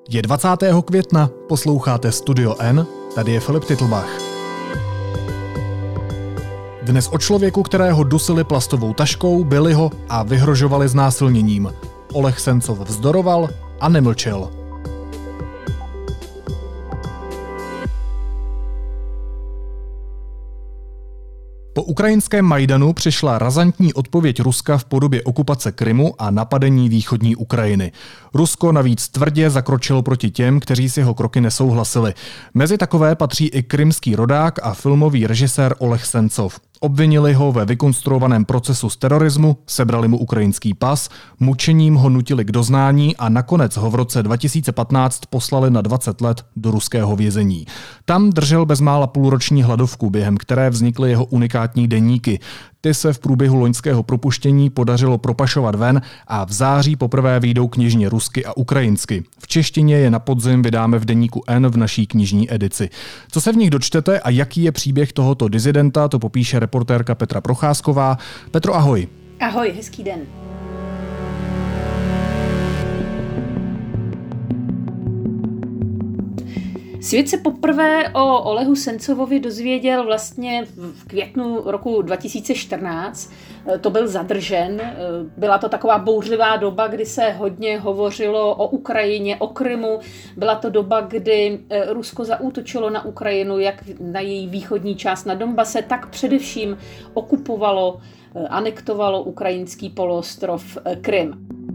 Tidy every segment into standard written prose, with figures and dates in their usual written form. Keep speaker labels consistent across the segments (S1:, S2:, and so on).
S1: Je 20. května, posloucháte Studio N, tady je Filip Titlbach. Dnes o člověku, kterého dusili plastovou taškou, bili ho a vyhrožovali znásilněním. Oleh Sencov vzdoroval a nemlčel. Po ukrajinském Majdanu přišla razantní odpověď Ruska v podobě okupace Krymu a napadení východní Ukrajiny. Rusko navíc tvrdě zakročilo proti těm, kteří s jeho kroky nesouhlasili. Mezi takové patří i krymský rodák a filmový režisér Oleh Sencov. Obvinili ho ve vykonstruovaném procesu z terorismu, sebrali mu ukrajinský pas, mučením ho nutili k doznání a nakonec ho v roce 2015 poslali na 20 let do ruského vězení. Tam držel bezmála půlroční hladovku, během které vznikly jeho unikátní deníky. Ty se v průběhu loňského propuštění podařilo propašovat ven a v září poprvé vyjdou knižně rusky a ukrajinsky. V češtině je na podzim vydáme v deníku N v naší knižní edici. Co se v nich dočtete a jaký je příběh tohoto disidenta, to popíše reportérka Petra Procházková. Petro, ahoj.
S2: Ahoj, hezký den. Svět se poprvé o Olehu Sencovovi dozvěděl vlastně v květnu roku 2014. To byl zadržen. Byla to taková bouřlivá doba, kdy se hodně hovořilo o Ukrajině, o Krymu. Byla to doba, kdy Rusko zaútočilo na Ukrajinu, jak na její východní část na Donbase, tak především okupovalo, anektovalo ukrajinský poloostrov Krym.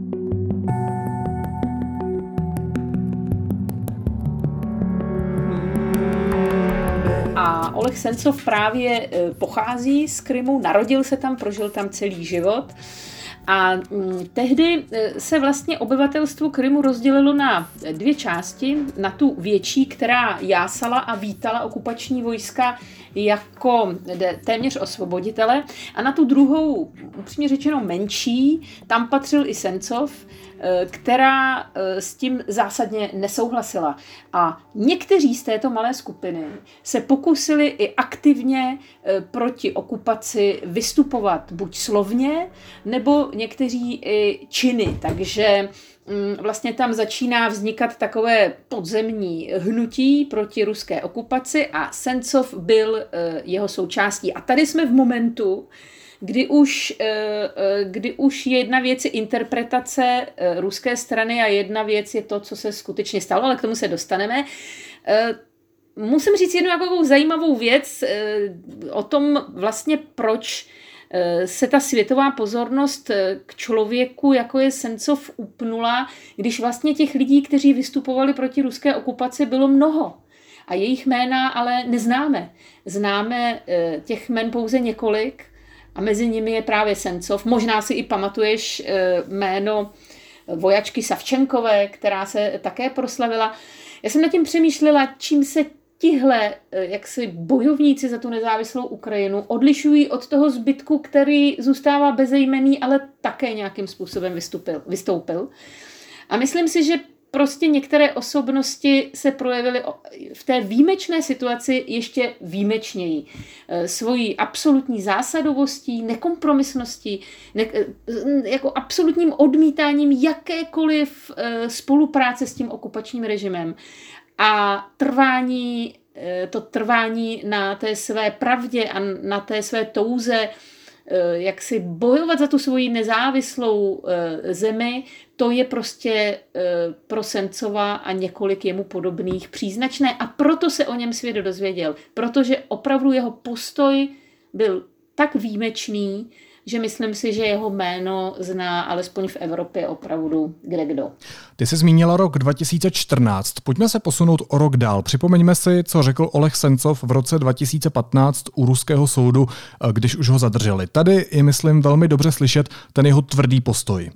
S2: A Oleh Sencov právě pochází z Krymu, narodil se tam, prožil tam celý život. A tehdy se vlastně obyvatelstvo Krymu rozdělilo na dvě části. Na tu větší, která jásala a vítala okupační vojska jako téměř osvoboditele. A na tu druhou, upřímně řečeno menší, tam patřil i Sencov, která s tím zásadně nesouhlasila. A někteří z této malé skupiny se pokusili i aktivně proti okupaci vystupovat buď slovně, nebo někteří i činy. Takže vlastně tam začíná vznikat takové podzemní hnutí proti ruské okupaci a Sencov byl jeho součástí. A tady jsme v momentu, kdy už jedna věc je interpretace ruské strany a jedna věc je to, co se skutečně stalo, ale k tomu se dostaneme. Musím říct jednu takovou zajímavou věc o tom vlastně, proč se ta světová pozornost k člověku, jako je Sencov, upnula, když vlastně těch lidí, kteří vystupovali proti ruské okupaci, bylo mnoho. A jejich jména ale neznáme. Známe těch jmen pouze několik a mezi nimi je právě Sencov. Možná si i pamatuješ jméno vojačky Savčenkové, která se také proslavila. Já jsem nad tím přemýšlela, čím se tihle jaksi bojovníci za tu nezávislou Ukrajinu odlišují od toho zbytku, který zůstává bezejmenný, ale také nějakým způsobem vystoupil. A myslím si, že prostě některé osobnosti se projevily v té výjimečné situaci ještě výjimečněji. Svojí absolutní zásadovostí, nekompromisností, jako absolutním odmítáním jakékoliv spolupráce s tím okupačním režimem. A trvání na té své pravdě a na té své touze, jak si bojovat za tu svoji nezávislou zemi, to je prostě pro Sencova a několik jemu podobných příznačné a proto se o něm svět dozvěděl, protože opravdu jeho postoj byl tak výjimečný, že myslím si, že jeho jméno zná alespoň v Evropě opravdu kdekdo.
S1: Ty jsi zmínila rok 2014. Pojďme se posunout o rok dál. Připomeňme si, co řekl Oleh Sencov v roce 2015 u ruského soudu, když už ho zadrželi. Tady je, myslím, velmi dobře slyšet ten jeho tvrdý postoj.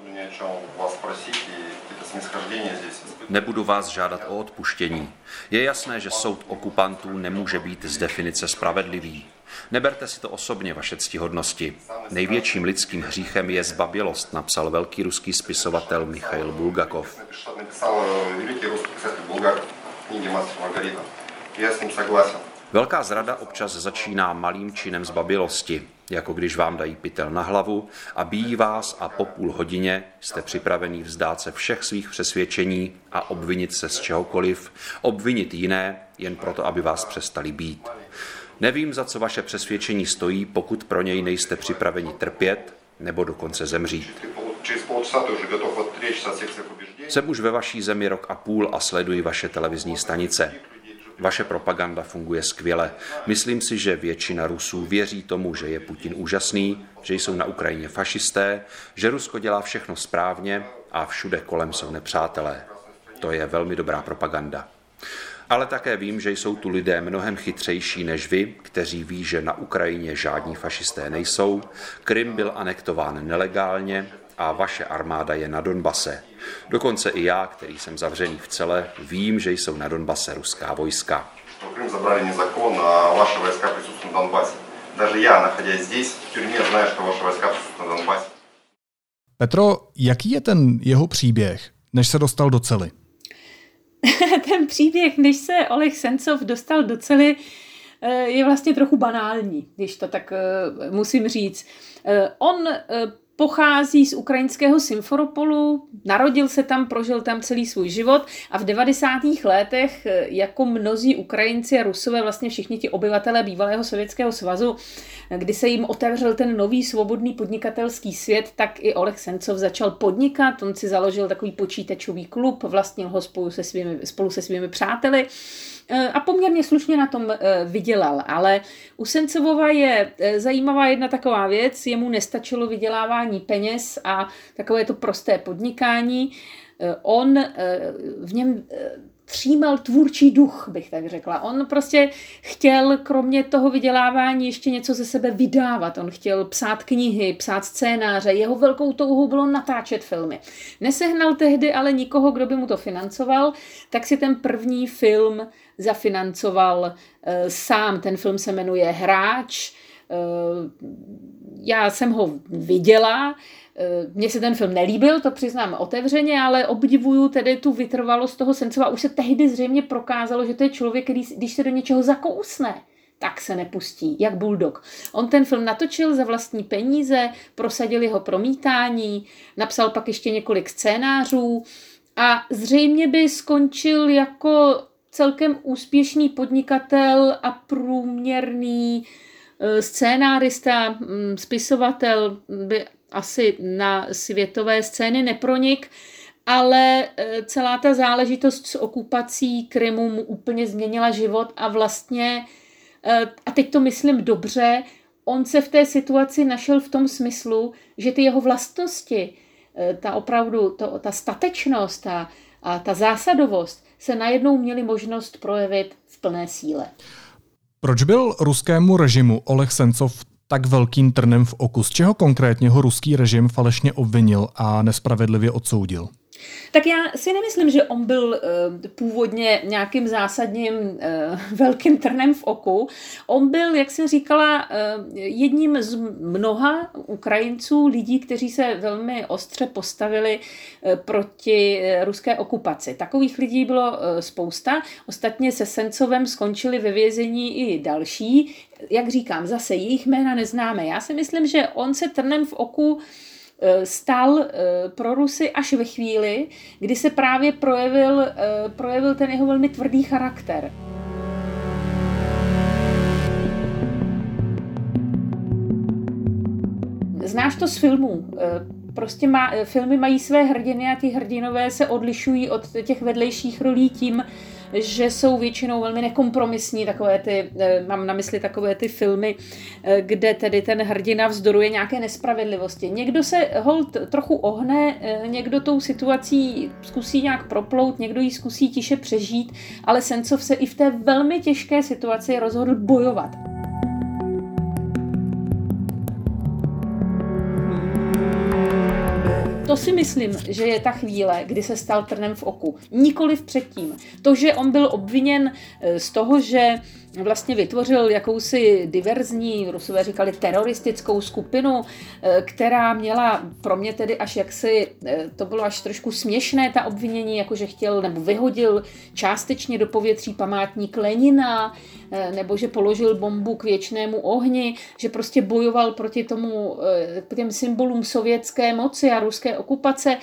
S3: Nebudu vás žádat o odpuštění. Je jasné, že soud okupantů nemůže být z definice spravedlivý. Neberte si to osobně, vaše ctihodnosti. Největším lidským hříchem je zbabělost, napsal velký ruský spisovatel Michail Bulgakov. Velká zrada občas začíná malým činem zbabělosti, jako když vám dají pytel na hlavu a bijí vás a po půl hodině jste připravený vzdát se všech svých přesvědčení a obvinit se z čehokoliv, obvinit jiné jen proto, aby vás přestali bít. Nevím, za co vaše přesvědčení stojí, pokud pro něj nejste připraveni trpět nebo dokonce zemřít. Jsem už ve vaší zemi rok a půl a sleduji vaše televizní stanice. Vaše propaganda funguje skvěle. Myslím si, že většina Rusů věří tomu, že je Putin úžasný, že jsou na Ukrajině fašisté, že Rusko dělá všechno správně a všude kolem jsou nepřátelé. To je velmi dobrá propaganda. Ale také vím, že jsou tu lidé mnohem chytřejší než vy, kteří ví, že na Ukrajině žádní fašisté nejsou, Krym byl anektován nelegálně a vaše armáda je na Donbase. Dokonce i já, který jsem zavřený v cele, vím, že jsou na Donbase ruská vojska.
S4: Krym zabrali nezákonně a vaše vojska присутствуют на Донбассе. Даже я, находясь здесь, в тюрьме, знаю, что ваши войска присутствуют на Донбассе.
S1: Petro, jaký je ten jeho příběh, než se dostal do cely?
S2: Ten příběh, než se Oleh Sencov dostal do cely, je vlastně trochu banální, když to tak musím říct. On pochází z ukrajinského Simferopolu, narodil se tam, prožil tam celý svůj život a v 90. letech, jako mnozí Ukrajinci a Rusové, vlastně všichni ti obyvatelé bývalého Sovětského svazu, kdy se jim otevřel ten nový svobodný podnikatelský svět, tak i Oleh Sencov začal podnikat. On si založil takový počítačový klub, vlastnil ho spolu se svými přáteli a poměrně slušně na tom vydělal. Ale u Sencovova je zajímavá jedna taková věc, jemu nestačilo vydělávání peněz a takové to prosté podnikání. On v něm třímal tvůrčí duch, bych tak řekla. On prostě chtěl kromě toho vydělávání ještě něco ze sebe vydávat. On chtěl psát knihy, psát scénáře. Jeho velkou touhou bylo natáčet filmy. Nesehnal tehdy ale nikoho, kdo by mu to financoval, tak si ten první film zafinancoval sám. Ten film se jmenuje Hráč. Já jsem ho viděla. Mně se ten film nelíbil, to přiznám otevřeně, ale obdivuju tedy tu vytrvalost toho Sencova. Už se tehdy zřejmě prokázalo, že to je člověk, který, když se do něčeho zakousne, tak se nepustí, jak bulldog. On ten film natočil za vlastní peníze, prosadil jeho promítání, napsal pak ještě několik scénářů a zřejmě by skončil jako celkem úspěšný podnikatel a průměrný scénárista, spisovatel, by asi na světové scény nepronik, ale celá ta záležitost s okupací Krymu mu úplně změnila život a vlastně, a teď to myslím dobře, on se v té situaci našel v tom smyslu, že ty jeho vlastnosti, ta statečnost a ta zásadovost se najednou měly možnost projevit v plné síle.
S1: Proč byl ruskému režimu Oleh Sencov tak velkým trnem v oku? Z čeho konkrétně ho ruský režim falešně obvinil a nespravedlivě odsoudil?
S2: Tak já si nemyslím, že on byl původně nějakým zásadním velkým trnem v oku. On byl, jak jsem říkala, jedním z mnoha Ukrajinců, lidí, kteří se velmi ostře postavili proti ruské okupaci. Takových lidí bylo spousta. Ostatně se Sencovem skončili ve vězení i další. Jak říkám, zase jejich jména neznáme. Já si myslím, že on se trnem v oku stal pro Rusy až ve chvíli, kdy se právě projevil ten jeho velmi tvrdý charakter. Znáš to z filmů. Prostě filmy mají své hrdiny a ti hrdinové se odlišují od těch vedlejších rolí tím, že jsou většinou velmi nekompromisní, mám na mysli takové ty filmy, kde tedy ten hrdina vzdoruje nějaké nespravedlivosti. Někdo se holt trochu ohne, někdo tou situací zkusí nějak proplout, někdo ji zkusí tiše přežít, ale Sencov se i v té velmi těžké situaci rozhodl bojovat. To to si myslím, že je ta chvíle, kdy se stal trnem v oku. Nikoliv předtím. To, že on byl obviněn z toho, že vlastně vytvořil jakousi diverzní, Rusové říkali teroristickou skupinu, která měla pro mě tedy až jaksi, to bylo až trošku směšné ta obvinění, jakože chtěl nebo vyhodil částečně do povětří památník Lenina, nebo že položil bombu k věčnému ohni, že prostě bojoval proti těm symbolům sovětské moci a ruské okupace.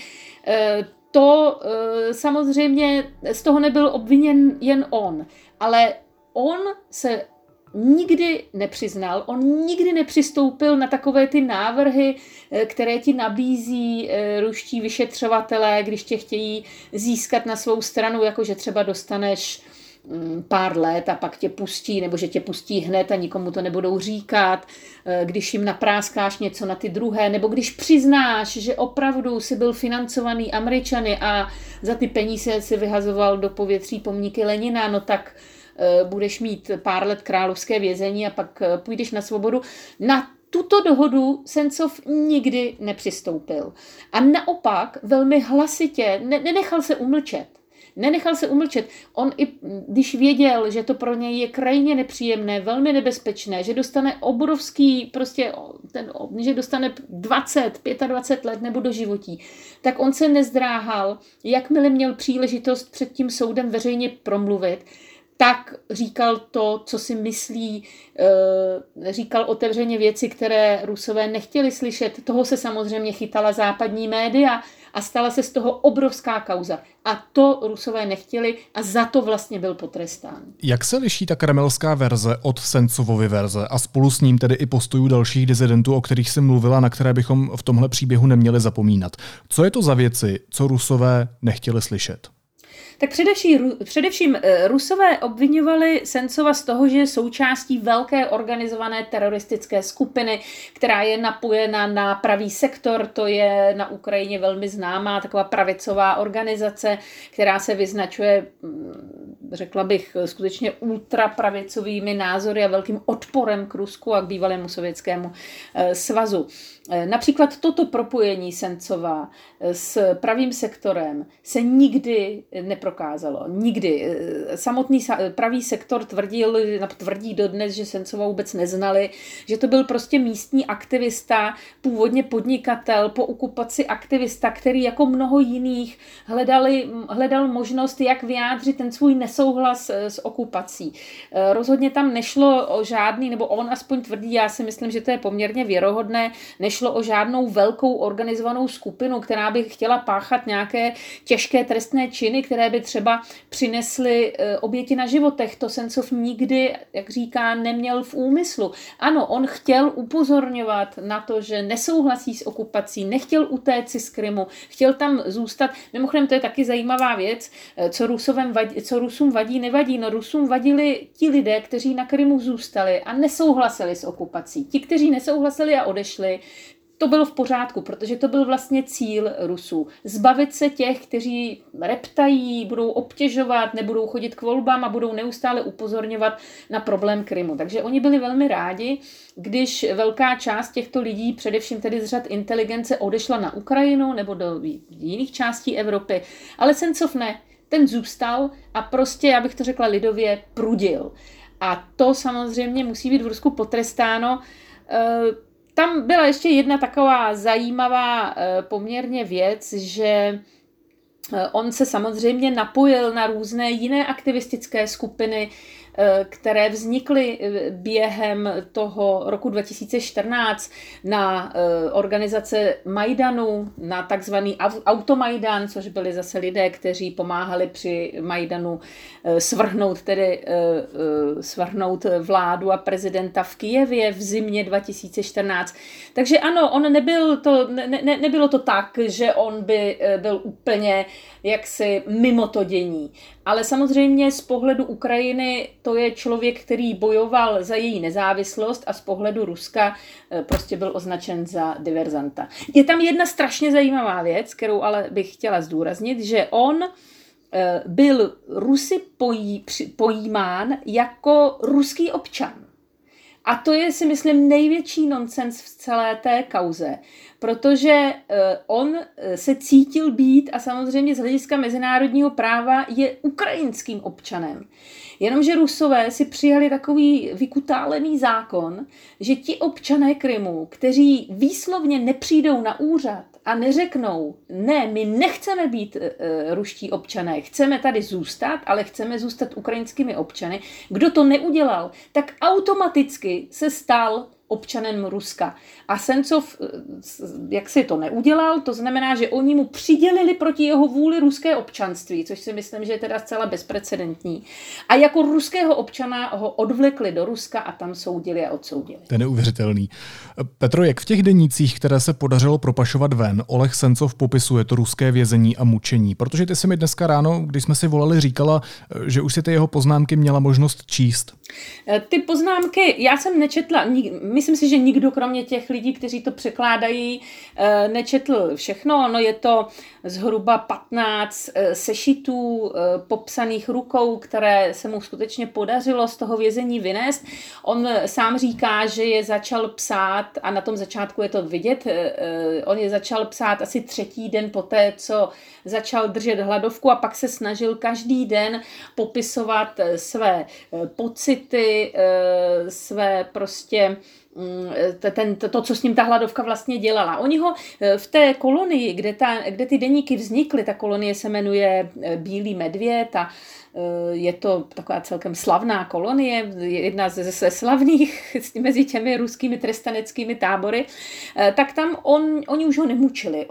S2: To samozřejmě z toho nebyl obviněn jen on, ale on se nikdy nepřiznal, on nikdy nepřistoupil na takové ty návrhy, které ti nabízí ruští vyšetřovatelé, když tě chtějí získat na svou stranu, jakože třeba dostaneš pár let a pak tě pustí, nebo že tě pustí hned a nikomu to nebudou říkat, když jim napráskáš něco na ty druhé, nebo když přiznáš, že opravdu si byl financovaný Američany a za ty peníze si vyhazoval do povětří pomníky Lenina, no tak budeš mít pár let královské vězení a pak půjdeš na svobodu. Na tuto dohodu Sencov nikdy nepřistoupil. A naopak velmi hlasitě nenechal se umlčet. On i když věděl, že to pro něj je krajně nepříjemné, velmi nebezpečné, že dostane obrovský, že dostane 25 let nebo doživotí, tak on se nezdráhal, jakmile měl příležitost před tím soudem veřejně promluvit, tak říkal to, co si myslí, říkal otevřeně věci, které Rusové nechtěli slyšet. Toho se samozřejmě chytala západní média a stala se z toho obrovská kauza. A to Rusové nechtěli a za to vlastně byl potrestán.
S1: Jak se liší ta kremelská verze od Sencovovy verze a spolu s ním tedy i postojů dalších disidentů, o kterých jsem mluvila, na které bychom v tomhle příběhu neměli zapomínat? Co je to za věci, co Rusové nechtěli slyšet?
S2: Tak především Rusové obviňovali Sencova z toho, že je součástí velké organizované teroristické skupiny, která je napojena na pravý sektor, to je na Ukrajině velmi známá taková pravicová organizace, která se vyznačuje, řekla bych, skutečně ultrapravicovými názory a velkým odporem k Rusku a k bývalému sovětskému svazu. Například toto propojení Sencova s pravým sektorem se nikdy neprokázalo. Nikdy. Samotný pravý sektor tvrdí dodnes, že Sencova vůbec neznali, že to byl prostě místní aktivista, původně podnikatel, po okupaci aktivista, který jako mnoho jiných hledal možnost, jak vyjádřit ten svůj nesouhlas s okupací. Rozhodně tam nešlo o žádný, nebo on aspoň tvrdí, já si myslím, že to je poměrně věrohodné, nešlo o žádnou velkou organizovanou skupinu, která by chtěla páchat nějaké těžké trestné činy, které by třeba přinesly oběti na životech. To Sencov nikdy, jak říká, neměl v úmyslu. Ano, on chtěl upozorňovat na to, že nesouhlasí s okupací, nechtěl utéct z Krymu, chtěl tam zůstat. Mimochodem, to je taky zajímavá věc, co Rusům vadí, nevadí. No, Rusům vadili ti lidé, kteří na Krymu zůstali a nesouhlasili s okupací. Ti, kteří nesouhlasili a odešli, to bylo v pořádku, protože to byl vlastně cíl Rusů. Zbavit se těch, kteří reptají, budou obtěžovat, nebudou chodit k volbám a budou neustále upozorňovat na problém Krymu. Takže oni byli velmi rádi, když velká část těchto lidí, především tedy z řad inteligence, odešla na Ukrajinu nebo do jiných částí Evropy. Ale Sencov ne, ten zůstal a prostě, já bych to řekla lidově, prudil. A to samozřejmě musí být v Rusku potrestáno. Tam byla ještě jedna taková zajímavá poměrně věc, že on se samozřejmě napojil na různé jiné aktivistické skupiny, které vznikly během toho roku 2014 na organizace Majdanu, na takzvaný Automajdan, což byli zase lidé, kteří pomáhali při Majdanu svrhnout vládu a prezidenta v Kyjevě v zimě 2014. Takže ano, nebylo to tak, že on by byl úplně jaksi mimo to dění. Ale samozřejmě z pohledu Ukrajiny to je člověk, který bojoval za její nezávislost a z pohledu Ruska prostě byl označen za diverzanta. Je tam jedna strašně zajímavá věc, kterou ale bych chtěla zdůraznit, že on byl Rusy pojímán jako ruský občan. A to je, si myslím, největší nonsens v celé té kauze, protože on se cítil být a samozřejmě z hlediska mezinárodního práva je ukrajinským občanem. Jenomže Rusové si přijali takový vykutálený zákon, že ti občané Krymu, kteří výslovně nepřijdou na úřad a neřeknou, ne, my nechceme být ruští občané, chceme tady zůstat, ale chceme zůstat ukrajinskými občany. Kdo to neudělal, tak automaticky se stal občanem Ruska. A Sencov, jak si to neudělal, to znamená, že oni mu přidělili proti jeho vůli ruské občanství, což si myslím, že je teda zcela bezprecedentní. A jako ruského občana ho odvlekli do Ruska a tam soudili a odsoudili.
S1: To je neuvěřitelný. Petro, jak v těch denících, které se podařilo propašovat ven, Oleh Sencov popisuje to ruské vězení a mučení? Protože ty si mi dneska ráno, když jsme si volali, říkala, že už si ty jeho poznámky měla možnost číst.
S2: Ty poznámky, já jsem nečetla, myslím si, že nikdo kromě těch lidí, kteří to překládají, nečetl všechno. Ono je to zhruba 15 sešitů popsaných rukou, které se mu skutečně podařilo z toho vězení vynést. On sám říká, že je začal psát, a na tom začátku je to vidět, on je začal psát asi 3. den poté, co začal držet hladovku, a pak se snažil každý den popisovat své pocity, své prostě to, co s ním ta hladovka vlastně dělala. Oni ho v té kolonii, kde ty deníky vznikly, ta kolonie se jmenuje Bílý medvěd a je to taková celkem slavná kolonie, jedna ze slavných mezi těmi ruskými trestaneckými tábory, tak tam oni už ho nemučili.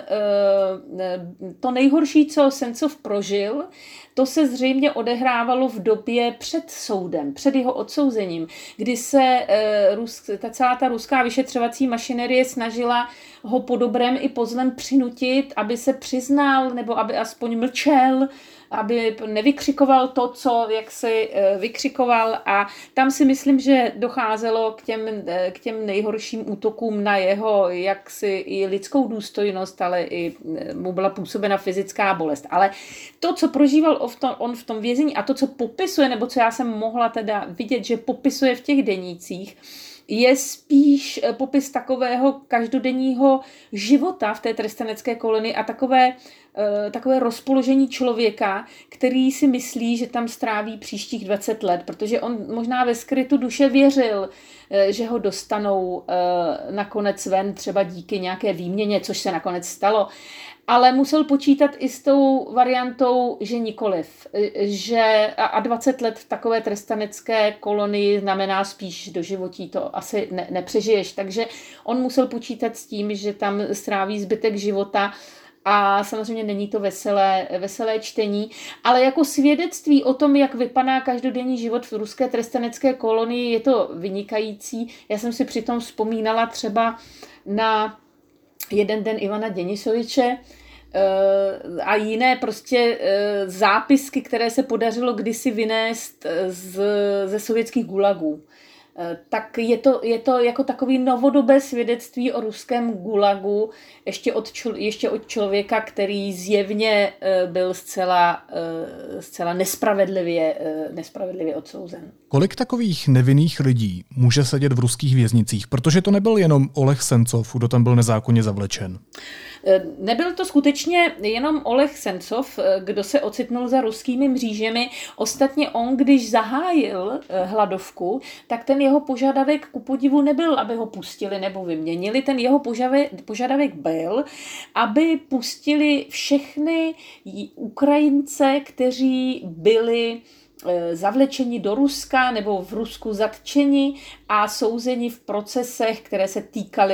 S2: To nejhorší, co Sencov prožil, to se zřejmě odehrávalo v době před soudem, před jeho odsouzením, kdy se celá ta ruská vyšetřovací mašinerie snažila ho po dobrém i po zlém přinutit, aby se přiznal nebo aby aspoň mlčel, aby nevykřikoval to, co jak si vykřikoval, a tam si myslím, že docházelo k těm nejhorším útokům na jeho jaksi i lidskou důstojnost, ale i mu byla působena fyzická bolest. Ale to, co prožíval on v tom vězení a to, co popisuje, nebo co já jsem mohla teda vidět, že popisuje v těch denících, je spíš popis takového každodenního života v té trestanecké kolonii a takové rozpoložení člověka, který si myslí, že tam stráví příštích 20 let, protože on možná ve skrytu duše věřil, že ho dostanou nakonec ven, třeba díky nějaké výměně, což se nakonec stalo. Ale musel počítat i s tou variantou, že nikoliv. A 20 let v takové trestanecké kolonii znamená spíš doživotí, to asi nepřežiješ. Takže on musel počítat s tím, že tam stráví zbytek života, a samozřejmě není to veselé čtení, ale jako svědectví o tom, jak vypadá každodenní život v ruské trestanecké kolonii, je to vynikající. Já jsem si přitom vzpomínala třeba na Jeden den Ivana Denisoviče a jiné prostě zápisky, které se podařilo kdysi vynést ze sovětských gulagů. Tak je to jako takový novodobé svědectví o ruském gulagu, ještě od člověka, který zjevně byl zcela nespravedlivě odsouzen.
S1: Kolik takových nevinných lidí může sedět v ruských věznicích? Protože to nebyl jenom Oleh Sencov, kdo tam byl nezákonně zavlečen.
S2: Nebyl to skutečně jenom Oleh Sencov, kdo se ocitnul za ruskými mřížemi. Ostatně on, když zahájil hladovku, tak ten jeho požadavek ku podivu nebyl, aby ho pustili nebo vyměnili. Ten jeho požadavek byl, aby pustili všechny Ukrajince, kteří byli zavlečeni do Ruska nebo v Rusku zatčeni a souzeni v procesech, které se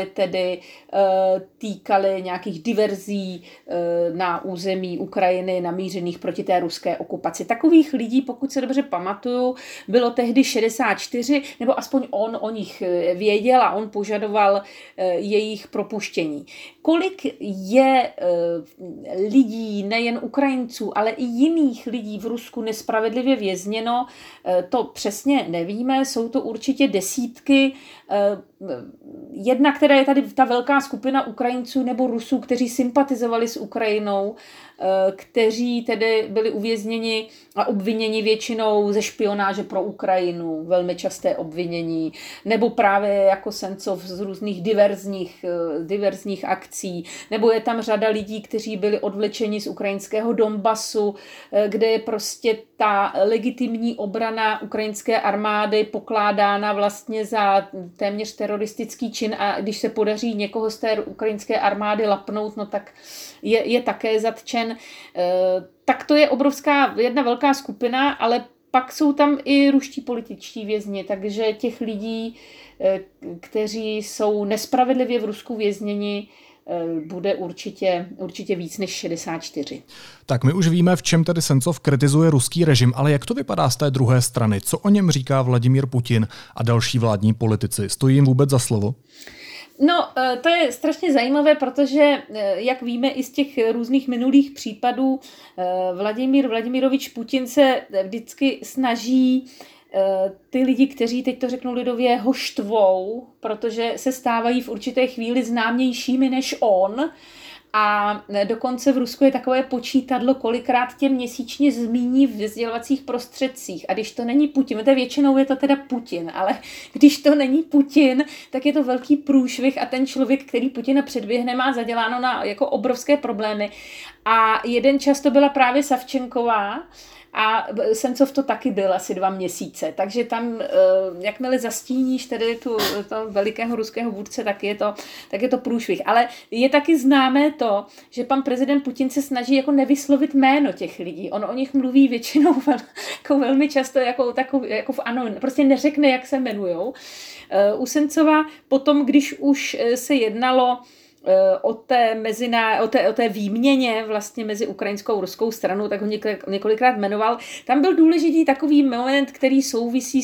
S2: týkaly nějakých diverzí na území Ukrajiny namířených proti té ruské okupaci. Takových lidí, pokud se dobře pamatuju, bylo tehdy 64, nebo aspoň on o nich věděl a on požadoval jejich propuštění. Kolik je lidí, nejen Ukrajinců, ale i jiných lidí v Rusku nespravedlivě vězněno, to přesně nevíme, jsou to určitě desítky, jedna, která je tady ta velká skupina Ukrajinců nebo Rusů, kteří sympatizovali s Ukrajinou, kteří tedy byli uvězněni a obviněni většinou ze špionáže pro Ukrajinu, velmi časté obvinění, nebo právě jako Sencov z různých diverzních akcí, nebo je tam řada lidí, kteří byli odvlečeni z ukrajinského Donbasu, kde je prostě ta legitimní obrana ukrajinské armády pokládána vlastně za téměř teroristický čin a když se podaří někoho z té ukrajinské armády lapnout, no tak je také zatčen. Tak to je jedna velká skupina, ale pak jsou tam i ruští političtí vězni, takže těch lidí, kteří jsou nespravedlivě v Rusku vězněni, bude určitě víc než 64.
S1: Tak my už víme, v čem tedy Sencov kritizuje ruský režim, ale jak to vypadá z té druhé strany? Co o něm říká Vladimír Putin a další vládní politici? Stojí jim vůbec za slovo?
S2: No, to je strašně zajímavé, protože, jak víme i z těch různých minulých případů, Vladimír Vladimirovič Putin se vždycky snaží ty lidi, kteří, teď to řeknu lidově, ho štvou, protože se stávají v určité chvíli známějšími než on. A dokonce v Rusku je takové počítadlo, kolikrát tě měsíčně zmíní v sdělovacích prostředcích. A když to není Putin, většinou je to teda Putin, ale když to není Putin, tak je to velký průšvih a ten člověk, který Putina předběhne, má zaděláno na jako obrovské problémy. A jeden čas to byla právě Savčenková, a Sencov to taky byl asi 2 měsíce, takže tam, jakmile zastíníš tedy toho velikého ruského vůdce, tak je to průšvih. Ale je taky známé to, že pan prezident Putin se snaží jako nevyslovit jméno těch lidí. On o nich mluví většinou jako velmi často jako v anonym. Prostě neřekne, jak se jmenujou. U Sencova potom, když už se jednalo o té výměně vlastně mezi ukrajinskou a ruskou stranou, tak ho několikrát jmenoval. Tam byl důležitý takový moment, který souvisí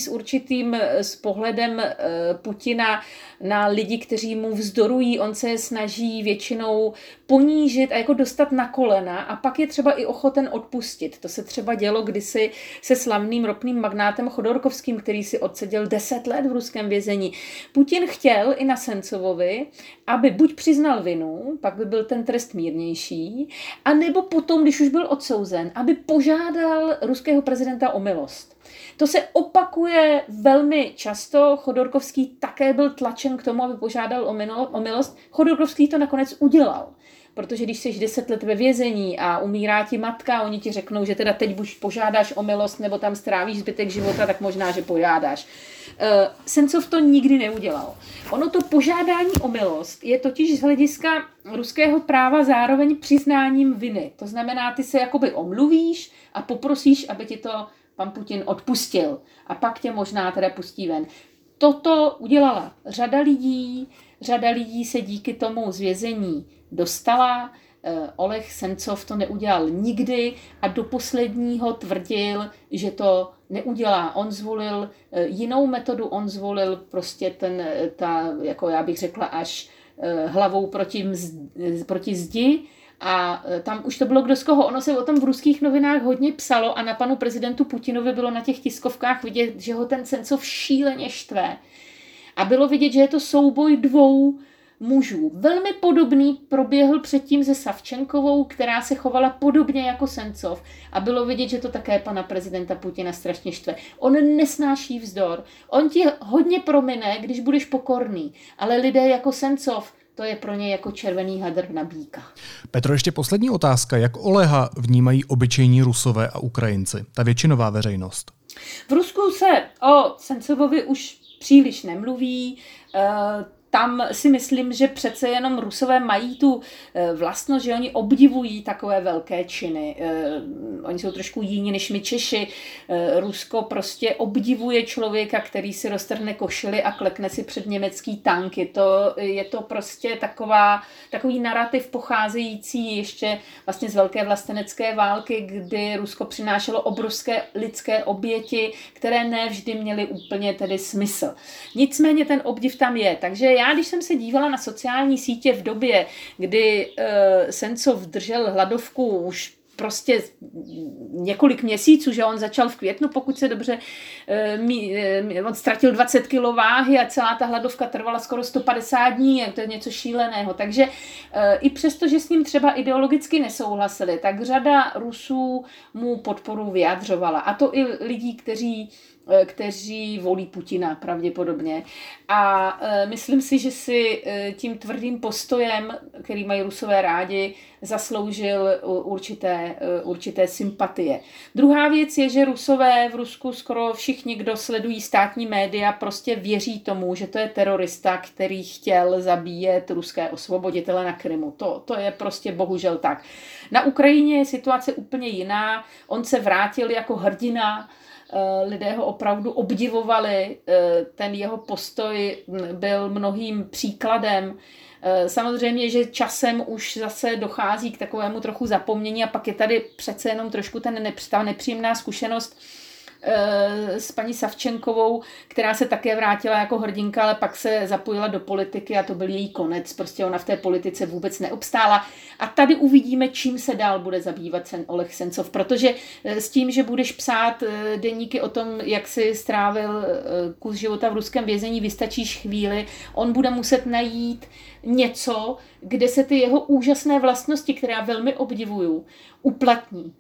S2: s pohledem Putina na lidi, kteří mu vzdorují. On se snaží většinou ponížit a jako dostat na kolena a pak je třeba i ochoten odpustit. To se třeba dělo kdysi se slavným ropným magnátem Chodorkovským, který si odseděl 10 let v ruském vězení. Putin chtěl i na Sencovovi, aby buď přiznal vinu, pak by byl ten trest mírnější, a nebo potom, když už byl odsouzen, aby požádal ruského prezidenta o milost. To se opakuje velmi často. Chodorkovský také byl tlačen k tomu, aby požádal o milost. Chodorkovský to nakonec udělal. Protože když jsi 10 let ve vězení a umírá ti matka, oni ti řeknou, že teda teď buď požádáš o milost, nebo tam strávíš zbytek života, tak možná, že požádáš. Sencov to nikdy neudělal. Ono to požádání o milost je totiž z hlediska ruského práva zároveň přiznáním viny. To znamená, ty se jakoby omluvíš a poprosíš, aby ti to pan Putin odpustil. A pak tě možná teda pustí ven. Toto udělala řada lidí se díky tomu z vězení dostala. Oleh Sencov to neudělal nikdy a do posledního tvrdil, že to neudělá. On zvolil jinou metodu, on zvolil prostě jako já bych řekla, až hlavou proti zdi. A tam už to bylo kdo z koho. Ono se o tom v ruských novinách hodně psalo a na panu prezidentu Putinovi bylo na těch tiskovkách vidět, že ho ten Sencov šíleně štve. A bylo vidět, že je to souboj 2 mužů. Velmi podobný proběhl předtím se Savčenkovou, která se chovala podobně jako Sencov. A bylo vidět, že to také pana prezidenta Putina strašně štve. On nesnáší vzdor. On ti hodně promine, když budeš pokorný. Ale lidé jako Sencov, to je pro ně jako červený hadr na býka.
S1: Petro, ještě poslední otázka. Jak Oleha vnímají obyčejní Rusové a Ukrajinci, ta většinová veřejnost?
S2: V Rusku se o Sencovovi už příliš nemluví. Tam si myslím, že přece jenom Rusové mají tu vlastnost, že oni obdivují takové velké činy. Oni jsou trošku jiní než my Češi. Rusko prostě obdivuje člověka, který si roztrhne košili a klekne si před německý tanky. Je to prostě takový narrativ pocházející ještě vlastně z velké vlastenecké války, kdy Rusko přinášelo obrovské lidské oběti, které ne vždy měly úplně tedy smysl. Nicméně ten obdiv tam je. Takže já, když jsem se dívala na sociální sítě v době, kdy Sencov držel hladovku už prostě několik měsíců, že on začal v květnu, pokud se dobře, on ztratil 20 kg váhy a celá ta hladovka trvala skoro 150 dní, to je něco šíleného. Takže i přesto, že s ním třeba ideologicky nesouhlasili, tak řada Rusů mu podporu vyjadřovala. A to i lidí, kteří volí Putina pravděpodobně. A myslím si, že si tím tvrdým postojem, který mají Rusové rádi, zasloužil určité sympatie. Druhá věc je, že Rusové v Rusku skoro všichni, kdo sledují státní média, prostě věří tomu, že to je terorista, který chtěl zabíjet ruské osvoboditele na Krymu. To je prostě bohužel tak. Na Ukrajině je situace úplně jiná. On se vrátil jako hrdina, lidé ho opravdu obdivovali, ten jeho postoj byl mnohým příkladem. Samozřejmě, že časem už zase dochází k takovému trochu zapomnění a pak je tady přece jenom trošku ta nepříjemná zkušenost s paní Savčenkovou, která se také vrátila jako hrdinka, ale pak se zapojila do politiky a to byl její konec. Prostě ona v té politice vůbec neobstála. A tady uvidíme, čím se dál bude zabývat Oleg Sencov, protože s tím, že budeš psát deníky o tom, jak si strávil kus života v ruském vězení, vystačíš chvíli, on bude muset najít něco, kde se ty jeho úžasné vlastnosti, které já velmi obdivuju, uplatní.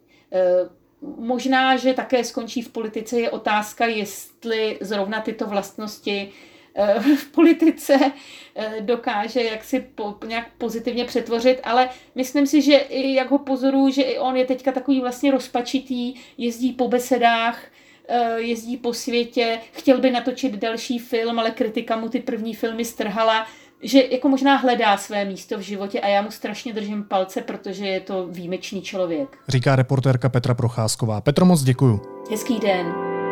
S2: Možná, že také skončí v politice, je otázka, jestli zrovna tyto vlastnosti v politice dokáže jaksi nějak pozitivně přetvořit, ale myslím si, že i jak ho pozoruju, že i on je teďka takový vlastně rozpačitý, jezdí po besedách, jezdí po světě, chtěl by natočit další film, ale kritika mu ty první filmy strhala, že jako možná hledá své místo v životě a já mu strašně držím palce, protože je to výjimečný člověk.
S1: Říká reportérka Petra Procházková. Petro, moc děkuju.
S2: Hezký den.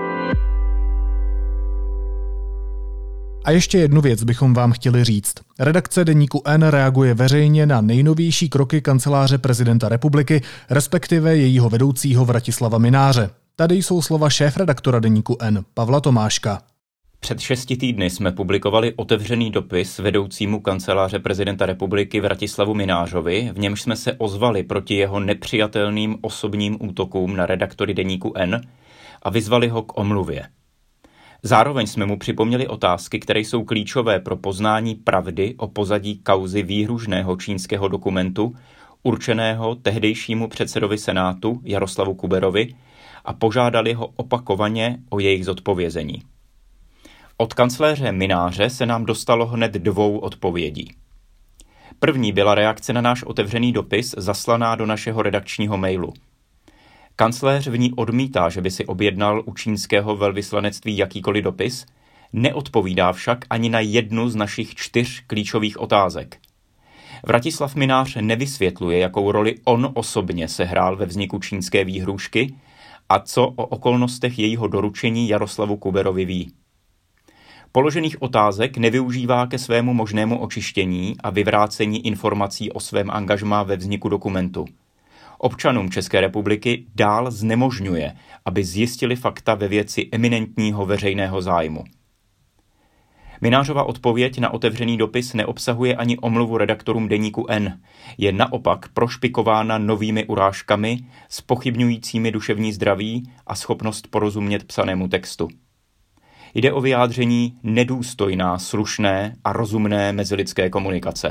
S1: A ještě jednu věc bychom vám chtěli říct. Redakce deníku N reaguje veřejně na nejnovější kroky kanceláře prezidenta republiky, respektive jejího vedoucího Vratislava Mynáře. Tady jsou slova šéfredaktora deníku N, Pavla Tomáška.
S5: Před 6 týdny jsme publikovali otevřený dopis vedoucímu kanceláře prezidenta republiky Vratislavu Mynářovi, v němž jsme se ozvali proti jeho nepřijatelným osobním útokům na redaktory deníku N a vyzvali ho k omluvě. Zároveň jsme mu připomněli otázky, které jsou klíčové pro poznání pravdy o pozadí kauzy výhružného čínského dokumentu, určeného tehdejšímu předsedovi Senátu Jaroslavu Kuberovi, a požádali ho opakovaně o jejich zodpovězení. Od kancléře Mynáře se nám dostalo hned 2 odpovědí. První byla reakce na náš otevřený dopis zaslaná do našeho redakčního mailu. Kancléř v ní odmítá, že by si objednal u čínského velvyslanectví jakýkoliv dopis, neodpovídá však ani na jednu z našich 4 klíčových otázek. Vratislav Mynář nevysvětluje, jakou roli on osobně sehrál ve vzniku čínské výhrůžky a co o okolnostech jejího doručení Jaroslavu Kuberovi ví. Položených otázek nevyužívá ke svému možnému očištění a vyvrácení informací o svém angažmá ve vzniku dokumentu. Občanům České republiky dál znemožňuje, aby zjistili fakta ve věci eminentního veřejného zájmu. Mynářova odpověď na otevřený dopis neobsahuje ani omluvu redaktorům deníku N. Je naopak prošpikována novými urážkami, zpochybňujícími duševní zdraví a schopnost porozumět psanému textu. Jde o vyjádření nedůstojná, slušné a rozumné mezilidské komunikace.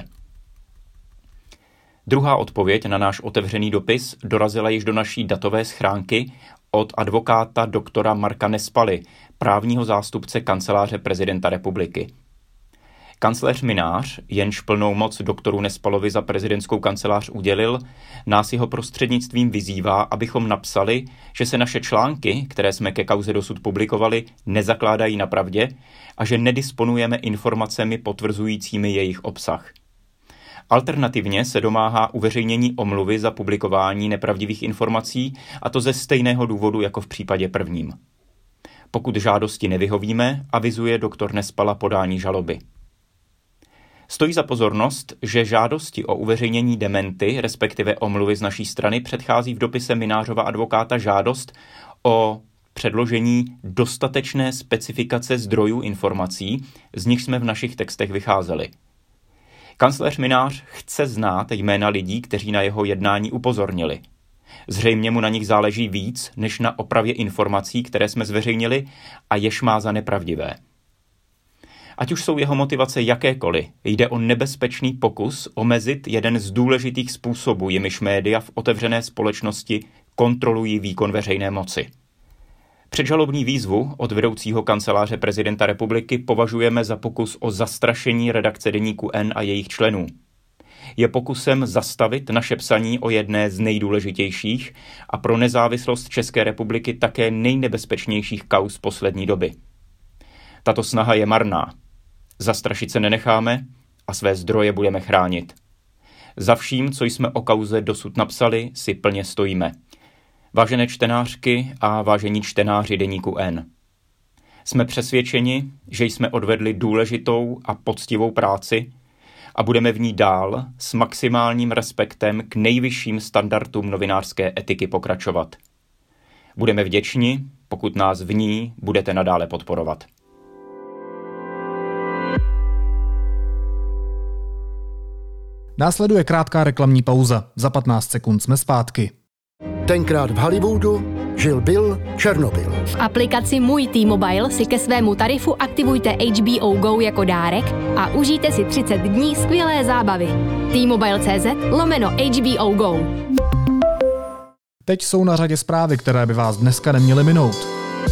S5: Druhá odpověď na náš otevřený dopis dorazila již do naší datové schránky od advokáta doktora Marka Nespaly, právního zástupce kanceláře prezidenta republiky. Kancléř Mynář, jenž plnou moc doktoru Nespalovi za prezidentskou kancelář udělil, nás jeho prostřednictvím vyzývá, abychom napsali, že se naše články, které jsme ke kauze dosud publikovali, nezakládají na pravdě a že nedisponujeme informacemi potvrzujícími jejich obsah. Alternativně se domáhá uveřejnění omluvy za publikování nepravdivých informací, a to ze stejného důvodu jako v případě prvním. Pokud žádosti nevyhovíme, avizuje doktor Nespala podání žaloby. Stojí za pozornost, že žádosti o uveřejnění dementy, respektive omluvy z naší strany, předchází v dopise Mynářova advokáta žádost o předložení dostatečné specifikace zdrojů informací, z nich jsme v našich textech vycházeli. Kancléř Mynář chce znát jména lidí, kteří na jeho jednání upozornili. Zřejmě mu na nich záleží víc, než na opravě informací, které jsme zveřejnili a jež má za nepravdivé. Ať už jsou jeho motivace jakékoliv, jde o nebezpečný pokus omezit jeden z důležitých způsobů, jimiž média v otevřené společnosti kontrolují výkon veřejné moci. Předžalobní výzvu od vedoucího kanceláře prezidenta republiky považujeme za pokus o zastrašení redakce deníku N a jejich členů. Je pokusem zastavit naše psaní o jedné z nejdůležitějších a pro nezávislost České republiky také nejnebezpečnějších kauz poslední doby. Tato snaha je marná. Zastrašit se nenecháme a své zdroje budeme chránit. Za vším, co jsme o kauze dosud napsali, si plně stojíme. Vážené čtenářky a vážení čtenáři deníku N. Jsme přesvědčeni, že jsme odvedli důležitou a poctivou práci a budeme v ní dál s maximálním respektem k nejvyšším standardům novinářské etiky pokračovat. Budeme vděční, pokud nás v ní budete nadále podporovat.
S1: Následuje krátká reklamní pauza. Za 15 sekund jsme zpátky.
S6: Tenkrát v Hollywoodu žil Bill Černobyl.
S7: V aplikaci Můj T-Mobile si ke svému tarifu aktivujte HBO Go jako dárek a užijte si 30 dní skvělé zábavy. T-Mobile.cz/HBO Go.
S1: Teď jsou na řadě zprávy, které by vás dneska neměly minout.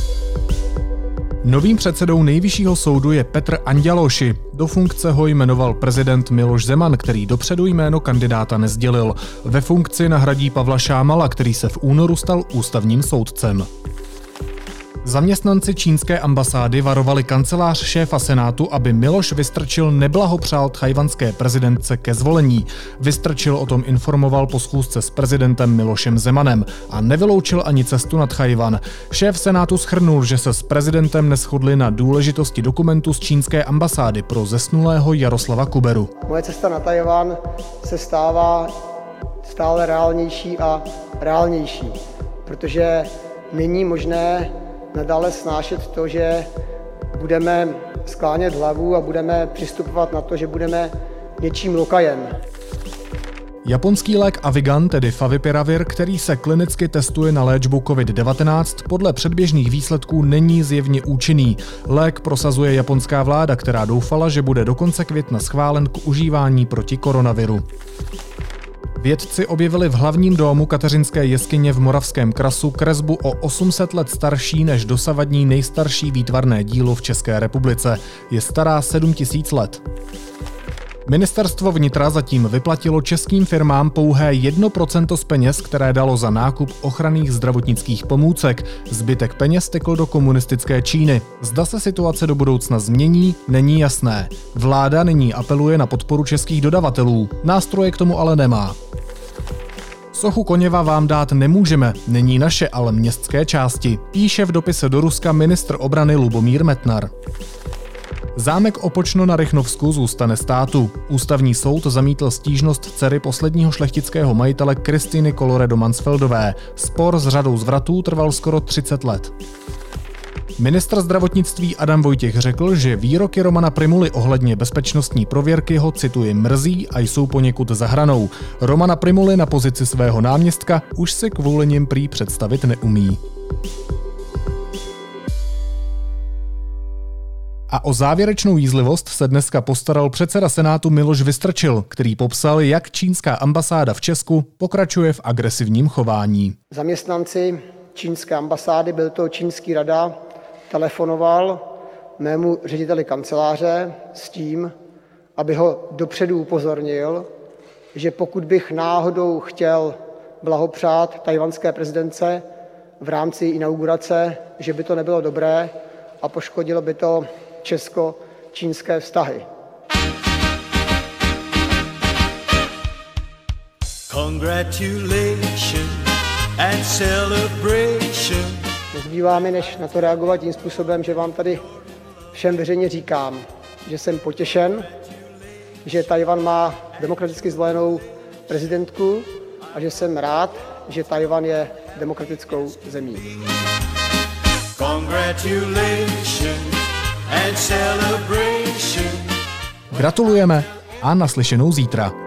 S1: Novým předsedou Nejvyššího soudu je Petr Anděloši. Do funkce ho jmenoval prezident Miloš Zeman, který dopředu jméno kandidáta nesdělil. Ve funkci nahradí Pavla Šámala, který se v únoru stal ústavním soudcem. Zaměstnanci čínské ambasády varovali kancelář šéfa Senátu, aby Miloš Vystrčil neblahopřál tchajwanské prezidentce ke zvolení. Vystrčil o tom informoval po schůzce s prezidentem Milošem Zemanem a nevyloučil ani cestu na Tchajwan. Šéf Senátu shrnul, že se s prezidentem neshodli na důležitosti dokumentu z čínské ambasády pro zesnulého Jaroslava Kuberu.
S8: Moje cesta na Tchajwan se stává stále reálnější a reálnější, protože není možné nadále snášet to, že budeme sklánět hlavu a budeme přistupovat na to, že budeme něčím lokajem.
S1: Japonský lék Avigan, tedy Favipiravir, který se klinicky testuje na léčbu COVID-19, podle předběžných výsledků není zjevně účinný. Lék prosazuje japonská vláda, která doufala, že bude do konce května schválen k užívání proti koronaviru. Vědci objevili v hlavním domu Kateřinské jeskyně v Moravském Krasu kresbu o 800 let starší než dosavadní nejstarší výtvarné dílo v České republice. Je stará 7000 let. Ministerstvo vnitra zatím vyplatilo českým firmám pouhé 1% z peněz, které dalo za nákup ochranných zdravotnických pomůcek. Zbytek peněz tekl do komunistické Číny. Zda se situace do budoucna změní, není jasné. Vláda nyní apeluje na podporu českých dodavatelů. Nástroje k tomu ale nemá. Sochu Koněva vám dát nemůžeme, není naše, ale městské části, píše v dopise do Ruska ministr obrany Lubomír Metnar. Zámek Opočno na Rychnovsku zůstane státu. Ústavní soud zamítl stížnost dcery posledního šlechtického majitele Kristýny Colloredo-Mansfeldové. Spor s řadou zvratů trval skoro 30 let. Ministr zdravotnictví Adam Vojtěch řekl, že výroky Romana Prymuly ohledně bezpečnostní prověrky ho, cituji, mrzí a jsou poněkud za hranou. Romana Prymuly na pozici svého náměstka už si kvůli nim prý představit neumí. A o závěrečnou jízlivost se dneska postaral předseda Senátu Miloš Vystrčil, který popsal, jak čínská ambasáda v Česku pokračuje v agresivním chování.
S8: Zaměstnanci čínské ambasády, byl to čínský rada, telefonoval mému řediteli kanceláře s tím, aby ho dopředu upozornil, že pokud bych náhodou chtěl blahopřát tchajwanské prezidentce v rámci inaugurace, že by to nebylo dobré a poškodilo by to česko-čínské vztahy.
S9: Congratulations and celebration.
S8: Nezbývá mi, než na to reagovat tím způsobem, že vám tady všem veřejně říkám, že jsem potěšen, že Tchajwan má demokraticky zvolenou prezidentku a že jsem rád, že Tchajwan je demokratickou zemí.
S9: Congratulations and celebration.
S1: Gratulujeme a naslyšenou zítra.